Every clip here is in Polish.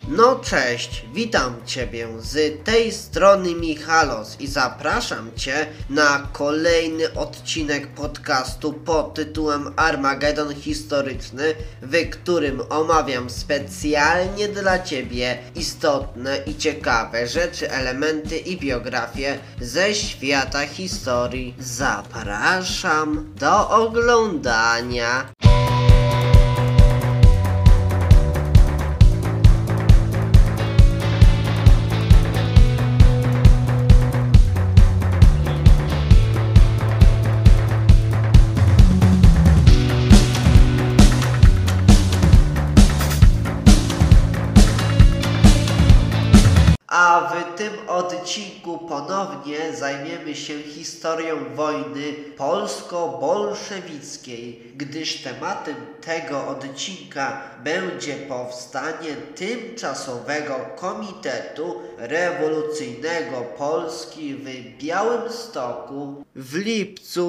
No cześć, witam Ciebie z tej strony Michalos i zapraszam Cię na kolejny odcinek podcastu pod tytułem Armagedon Historyczny, w którym omawiam specjalnie dla Ciebie istotne i ciekawe rzeczy, elementy i biografie ze świata historii. Zapraszam do oglądania. A w tym odcinku ponownie zajmiemy się historią wojny polsko-bolszewickiej, gdyż tematem tego odcinka będzie powstanie Tymczasowego Komitetu Rewolucyjnego Polski w Białymstoku. W lipcu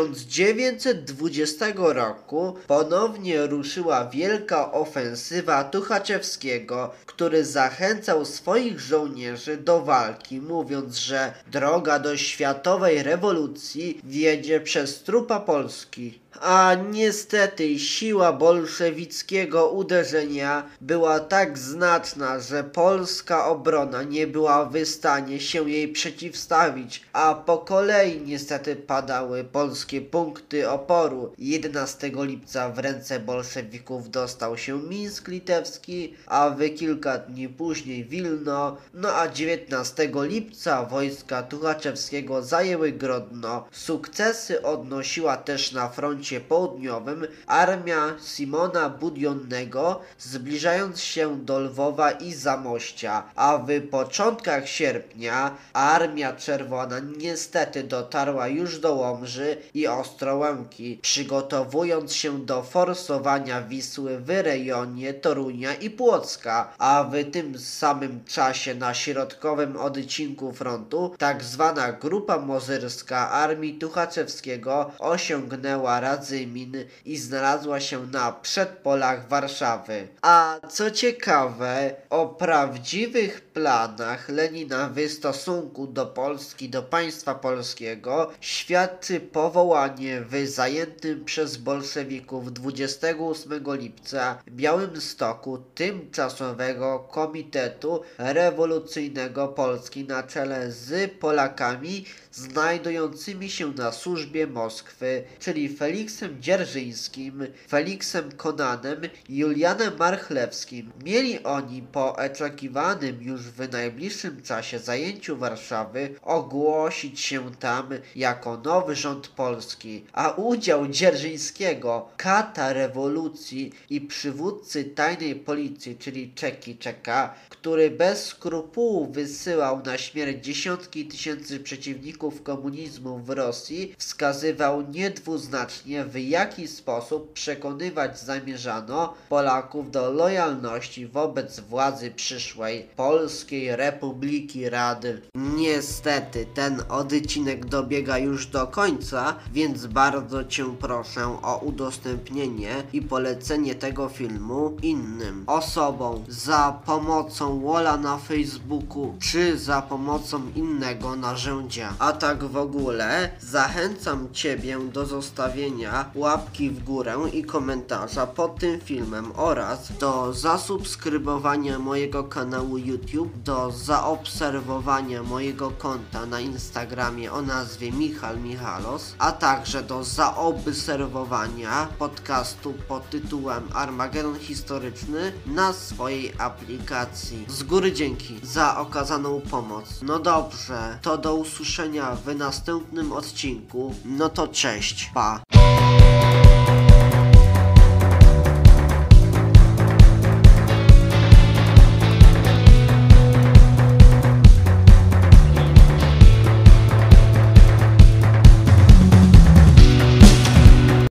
1920 roku ponownie ruszyła wielka ofensywa Tuchaczewskiego, który zachęcał swoich żołnierzy do walki, mówiąc, że droga do światowej rewolucji wiedzie przez trupa Polski. A niestety siła bolszewickiego uderzenia była tak znaczna, że polska obrona nie była w stanie się jej przeciwstawić, a po kolei niestety padały polskie punkty oporu. 11 lipca w ręce bolszewików dostał się Mińsk Litewski, a w kilka dni później Wilno, a 19 lipca wojska Tuchaczewskiego zajęły Grodno. Sukcesy odnosiła też na froncie południowym armia Simona Budionnego, zbliżając się do Lwowa i Zamościa, a w początkach sierpnia Armia Czerwona niestety dotarła już do Łomży i Ostrołęki, przygotowując się do forsowania Wisły w rejonie Torunia i Płocka, a w tym samym czasie na środkowym odcinku frontu tzw. Grupa Mozyrska Armii Tuchaczewskiego osiągnęła Radzymin i znalazła się na przedpolach Warszawy. A co ciekawe, o prawdziwych planach Lenina w stosunku do Polski, do państwa polskiego świadczy powołanie w zajętym przez bolszewików 28 lipca Białymstoku Tymczasowego Komitetu Rewolucyjnego Polski na czele z Polakami znajdującymi się na służbie Moskwy, czyli Feliksem Dzierżyńskim, Feliksem Konanem i Julianem Marchlewskim. Mieli oni po oczekiwanym już w najbliższym czasie zajęciu Warszawy ogłosić się tam jako nowy rząd polski, a udział Dzierżyńskiego, kata rewolucji i przywódcy tajnej policji, czyli Czeka, który bez skrupułów wysyłał na śmierć dziesiątki tysięcy przeciwników komunizmu w Rosji, wskazywał niedwuznacznie, w jaki sposób przekonywać zamierzano Polaków do lojalności wobec władzy przyszłej Polskiej Republiki Rady. Niestety ten odcinek dobiega już do końca, więc bardzo Cię proszę o udostępnienie i polecenie tego filmu innym osobom za pomocą walla na Facebooku czy za pomocą innego narzędzia. A tak w ogóle zachęcam Ciebie do zostawienia łapki w górę i komentarza pod tym filmem oraz do zasubskrybowania mojego kanału YouTube, do zaobserwowania mojego konta na Instagramie o nazwie Michal Michalos, a także do zaobserwowania podcastu pod tytułem Armagedon Historyczny na swojej aplikacji. Z góry dzięki za okazaną pomoc. No dobrze, to do usłyszenia w następnym odcinku. No to cześć, pa!